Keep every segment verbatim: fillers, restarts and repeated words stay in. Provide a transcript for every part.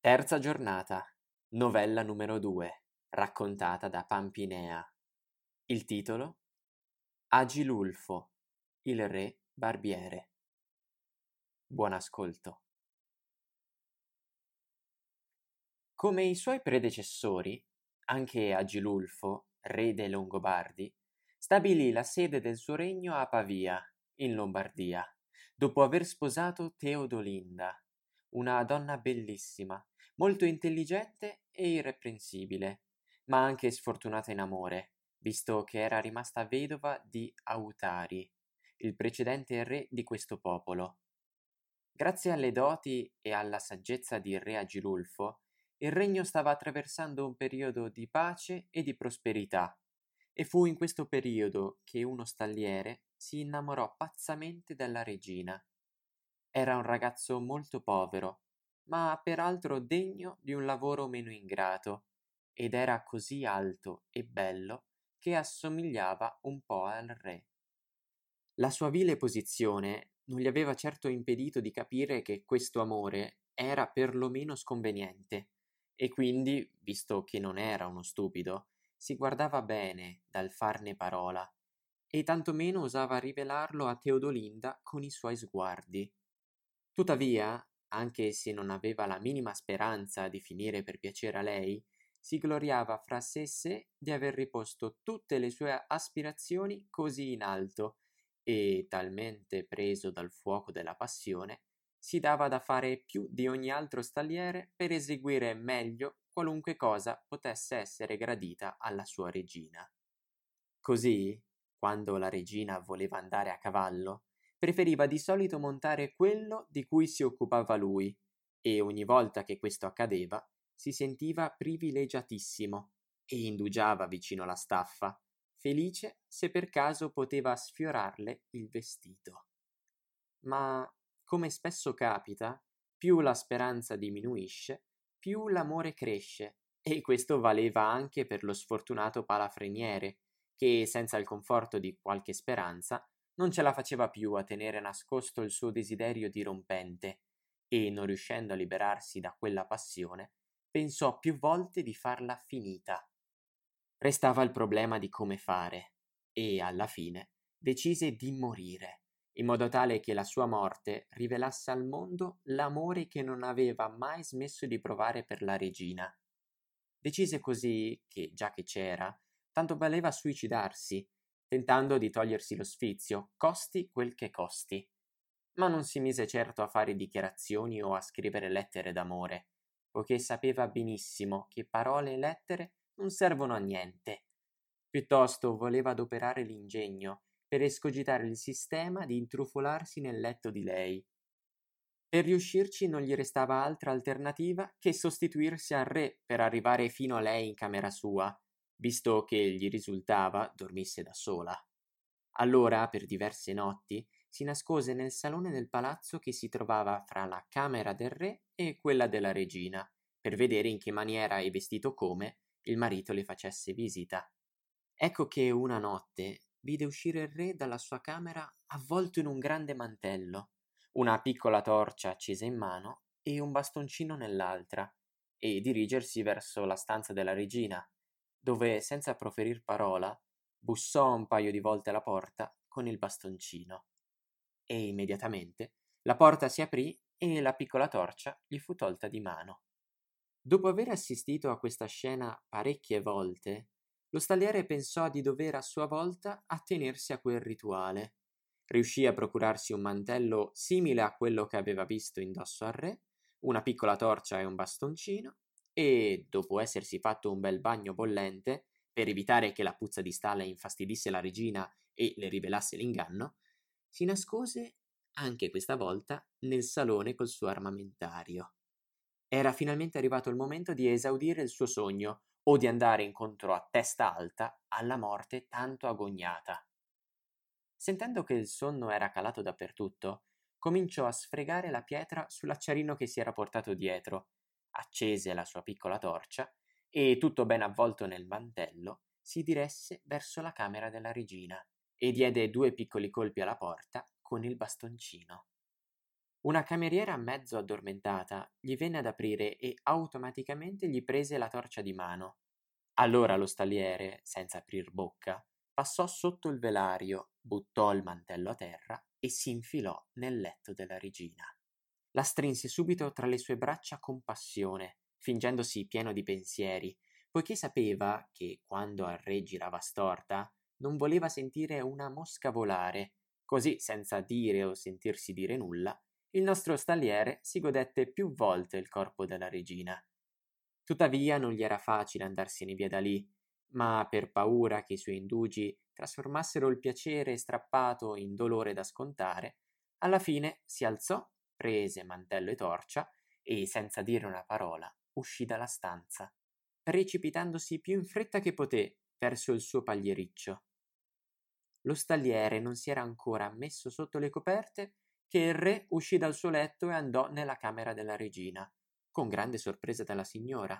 Terza giornata, novella numero due, raccontata da Pampinea. Il titolo: Agilulfo, il re barbiere. Buon ascolto. Come i suoi predecessori, anche Agilulfo, re dei Longobardi, stabilì la sede del suo regno a Pavia, in Lombardia, dopo aver sposato Teodolinda, una donna bellissima, molto intelligente e irreprensibile, ma anche sfortunata in amore, visto che era rimasta vedova di Autari, il precedente re di questo popolo. Grazie alle doti e alla saggezza di re Agilulfo, il regno stava attraversando un periodo di pace e di prosperità, e fu in questo periodo che uno stalliere si innamorò pazzamente della regina. Era un ragazzo molto povero, ma peraltro degno di un lavoro meno ingrato, ed era così alto e bello che assomigliava un po' al re. La sua vile posizione non gli aveva certo impedito di capire che questo amore era perlomeno sconveniente, e quindi, visto che non era uno stupido, si guardava bene dal farne parola, e tantomeno osava rivelarlo a Teodolinda con i suoi sguardi. Tuttavia, anche se non aveva la minima speranza di finire per piacere a lei, si gloriava fra sé e sé di aver riposto tutte le sue aspirazioni così in alto, e, talmente preso dal fuoco della passione, si dava da fare più di ogni altro stalliere per eseguire meglio qualunque cosa potesse essere gradita alla sua regina. Così, quando la regina voleva andare a cavallo, preferiva di solito montare quello di cui si occupava lui, e ogni volta che questo accadeva si sentiva privilegiatissimo e indugiava vicino alla staffa, felice se per caso poteva sfiorarle il vestito. Ma, come spesso capita, più la speranza diminuisce, più l'amore cresce, e questo valeva anche per lo sfortunato palafreniere, che, senza il conforto di qualche speranza, non ce la faceva più a tenere nascosto il suo desiderio dirompente, e, non riuscendo a liberarsi da quella passione, pensò più volte di farla finita. Restava il problema di come fare, e, alla fine, decise di morire, in modo tale che la sua morte rivelasse al mondo l'amore che non aveva mai smesso di provare per la regina. Decise così che, già che c'era, tanto valeva suicidarsi, tentando di togliersi lo sfizio, costi quel che costi. Ma non si mise certo a fare dichiarazioni o a scrivere lettere d'amore, poiché sapeva benissimo che parole e lettere non servono a niente. Piuttosto voleva adoperare l'ingegno per escogitare il sistema di intrufolarsi nel letto di lei. Per riuscirci non gli restava altra alternativa che sostituirsi al re per arrivare fino a lei in camera sua, visto che gli risultava dormisse da sola. Allora, per diverse notti, si nascose nel salone del palazzo che si trovava fra la camera del re e quella della regina, per vedere in che maniera e vestito come il marito le facesse visita. Ecco che una notte vide uscire il re dalla sua camera avvolto in un grande mantello, una piccola torcia accesa in mano e un bastoncino nell'altra, e dirigersi verso la stanza della regina, dove, senza proferir parola, bussò un paio di volte alla porta con il bastoncino. E immediatamente la porta si aprì e la piccola torcia gli fu tolta di mano. Dopo aver assistito a questa scena parecchie volte, lo stalliere pensò di dover a sua volta attenersi a quel rituale. Riuscì a procurarsi un mantello simile a quello che aveva visto indosso al re, una piccola torcia e un bastoncino, e, dopo essersi fatto un bel bagno bollente, per evitare che la puzza di stalla infastidisse la regina e le rivelasse l'inganno, si nascose, anche questa volta, nel salone col suo armamentario. Era finalmente arrivato il momento di esaudire il suo sogno o di andare incontro a testa alta alla morte tanto agognata. Sentendo che il sonno era calato dappertutto, cominciò a sfregare la pietra sull'acciarino che si era portato dietro, accese la sua piccola torcia e, tutto ben avvolto nel mantello, si diresse verso la camera della regina e diede due piccoli colpi alla porta con il bastoncino. Una cameriera mezzo addormentata gli venne ad aprire e automaticamente gli prese la torcia di mano. Allora lo stalliere, senza aprir bocca, passò sotto il velario, buttò il mantello a terra e si infilò nel letto della regina. La strinse subito tra le sue braccia con passione, fingendosi pieno di pensieri, poiché sapeva che quando al re girava storta non voleva sentire una mosca volare. Così, senza dire o sentirsi dire nulla, il nostro stalliere si godette più volte il corpo della regina. Tuttavia non gli era facile andarsene via da lì, ma per paura che i suoi indugi trasformassero il piacere strappato in dolore da scontare, alla fine si alzò, prese mantello e torcia e, senza dire una parola, uscì dalla stanza, precipitandosi più in fretta che poté verso il suo pagliericcio. Lo stalliere non si era ancora messo sotto le coperte che il re uscì dal suo letto e andò nella camera della regina, con grande sorpresa della signora.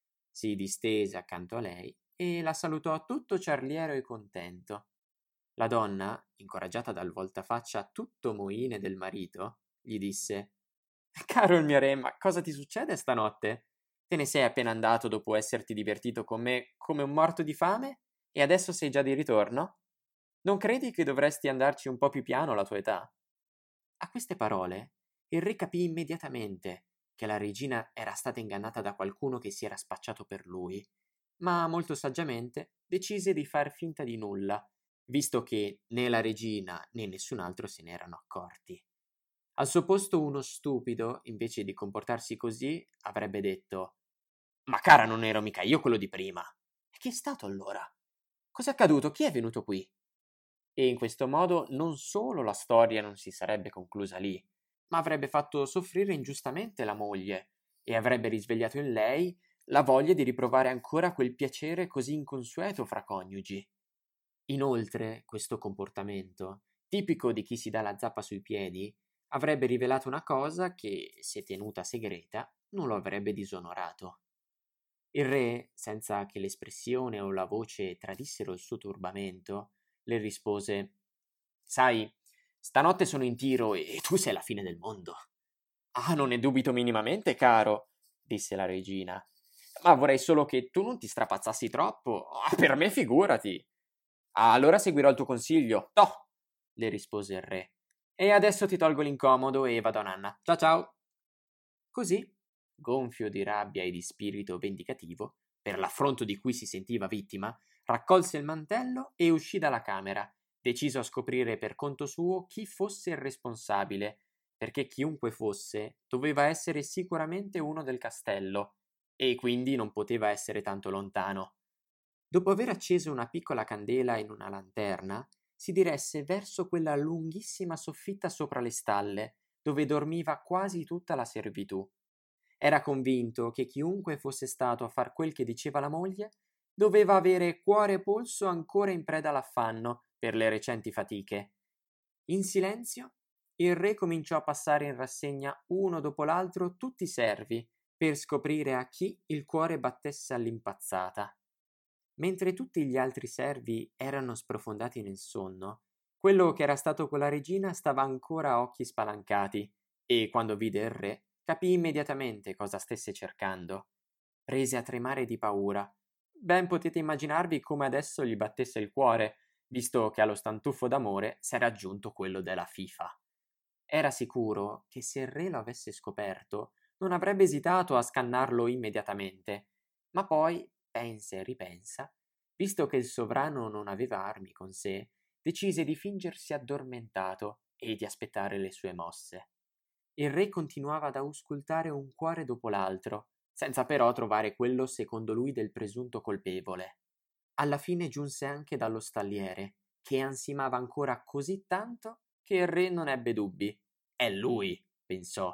Si distese accanto a lei e la salutò tutto ciarliero e contento. La donna, incoraggiata dal voltafaccia tutto moine del marito, gli disse: «Caro il mio re, ma cosa ti succede stanotte? Te ne sei appena andato dopo esserti divertito con me come un morto di fame e adesso sei già di ritorno? Non credi che dovresti andarci un po' più piano alla tua età?» A queste parole, il re capì immediatamente che la regina era stata ingannata da qualcuno che si era spacciato per lui, ma molto saggiamente decise di far finta di nulla, visto che né la regina né nessun altro se ne erano accorti. Al suo posto uno stupido, invece di comportarsi così, avrebbe detto: «Ma cara, non ero mica io quello di prima. E chi è stato allora? Cos'è accaduto? Chi è venuto qui?» E in questo modo non solo la storia non si sarebbe conclusa lì, ma avrebbe fatto soffrire ingiustamente la moglie e avrebbe risvegliato in lei la voglia di riprovare ancora quel piacere così inconsueto fra coniugi. Inoltre, questo comportamento, tipico di chi si dà la zappa sui piedi, avrebbe rivelato una cosa che, se tenuta segreta, non lo avrebbe disonorato. Il re, senza che l'espressione o la voce tradissero il suo turbamento, le rispose: «Sai, stanotte sono in tiro e tu sei la fine del mondo». «Ah, non ne dubito minimamente, caro», disse la regina, «ma vorrei solo che tu non ti strapazzassi troppo. Ah, per me figurati». «Ah, allora seguirò il tuo consiglio. Toh», le rispose il re, «e adesso ti tolgo l'incomodo e vado a nanna. Ciao ciao». Così, gonfio di rabbia e di spirito vendicativo, per l'affronto di cui si sentiva vittima, raccolse il mantello e uscì dalla camera, deciso a scoprire per conto suo chi fosse il responsabile, perché chiunque fosse doveva essere sicuramente uno del castello, e quindi non poteva essere tanto lontano. Dopo aver acceso una piccola candela in una lanterna, si diresse verso quella lunghissima soffitta sopra le stalle, dove dormiva quasi tutta la servitù. Era convinto che chiunque fosse stato a far quel che diceva la moglie doveva avere cuore e polso ancora in preda all'affanno per le recenti fatiche. In silenzio, il re cominciò a passare in rassegna uno dopo l'altro tutti i servi per scoprire a chi il cuore battesse all'impazzata. Mentre tutti gli altri servi erano sprofondati nel sonno, quello che era stato con la regina stava ancora a occhi spalancati e, quando vide il re, capì immediatamente cosa stesse cercando. Prese a tremare di paura. Ben potete immaginarvi come adesso gli battesse il cuore, visto che allo stantuffo d'amore s'era aggiunto quello della fifa. Era sicuro che se il re lo avesse scoperto, non avrebbe esitato a scannarlo immediatamente, ma poi pensa e ripensa, visto che il sovrano non aveva armi con sé, decise di fingersi addormentato e di aspettare le sue mosse. Il re continuava ad auscultare un cuore dopo l'altro, senza però trovare quello secondo lui del presunto colpevole. Alla fine giunse anche dallo stalliere, che ansimava ancora così tanto che il re non ebbe dubbi. «È lui», pensò.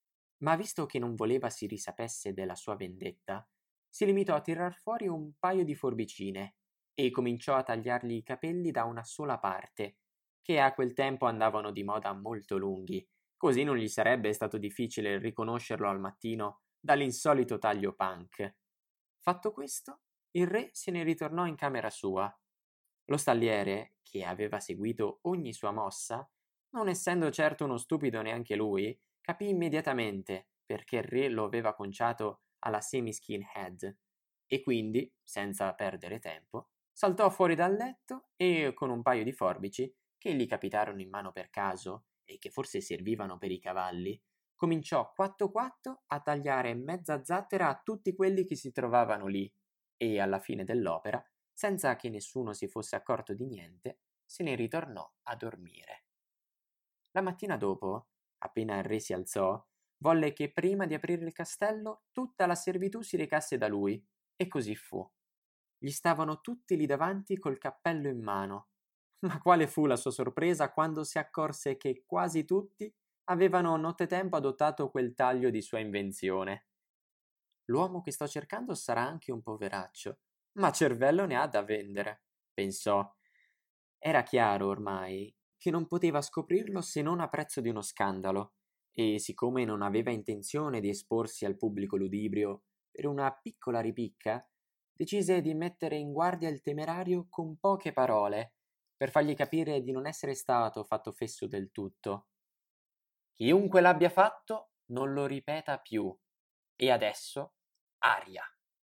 Ma visto che non voleva si risapesse della sua vendetta, si limitò a tirar fuori un paio di forbicine e cominciò a tagliargli i capelli da una sola parte, che a quel tempo andavano di moda molto lunghi, così non gli sarebbe stato difficile riconoscerlo al mattino dall'insolito taglio punk. Fatto questo, il re se ne ritornò in camera sua. Lo stalliere, che aveva seguito ogni sua mossa, non essendo certo uno stupido neanche lui, capì immediatamente perché il re lo aveva conciato alla semi-skinhead e quindi, senza perdere tempo, saltò fuori dal letto e con un paio di forbici che gli capitarono in mano per caso e che forse servivano per i cavalli, cominciò quatto quatto a tagliare mezza zattera a tutti quelli che si trovavano lì e alla fine dell'opera, senza che nessuno si fosse accorto di niente, se ne ritornò a dormire. La mattina dopo, appena il re si alzò, volle che prima di aprire il castello tutta la servitù si recasse da lui, e così fu. Gli stavano tutti lì davanti col cappello in mano. Ma quale fu la sua sorpresa quando si accorse che quasi tutti avevano nottetempo adottato quel taglio di sua invenzione. L'uomo che sto cercando sarà anche un poveraccio, ma cervello ne ha da vendere, pensò. Era chiaro ormai che non poteva scoprirlo se non a prezzo di uno scandalo, e siccome non aveva intenzione di esporsi al pubblico ludibrio per una piccola ripicca, decise di mettere in guardia il temerario con poche parole, per fargli capire di non essere stato fatto fesso del tutto. Chiunque l'abbia fatto non lo ripeta più. E adesso, aria.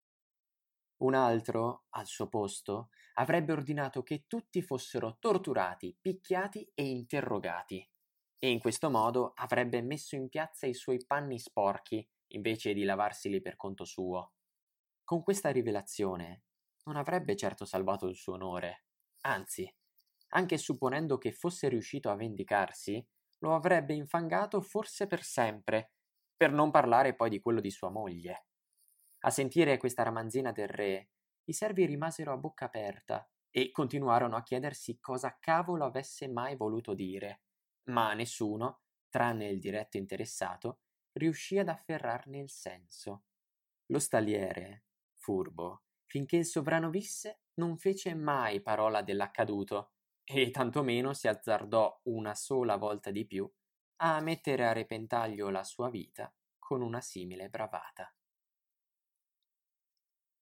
Un altro, al suo posto, avrebbe ordinato che tutti fossero torturati, picchiati e interrogati. E in questo modo avrebbe messo in piazza i suoi panni sporchi, invece di lavarseli per conto suo. Con questa rivelazione non avrebbe certo salvato il suo onore, anzi, anche supponendo che fosse riuscito a vendicarsi, lo avrebbe infangato forse per sempre, per non parlare poi di quello di sua moglie. A sentire questa ramanzina del re, i servi rimasero a bocca aperta e continuarono a chiedersi cosa cavolo avesse mai voluto dire, ma nessuno, tranne il diretto interessato, riuscì ad afferrarne il senso. Lo stalliere, furbo, finché il sovrano visse, non fece mai parola dell'accaduto e tantomeno si azzardò una sola volta di più a mettere a repentaglio la sua vita con una simile bravata.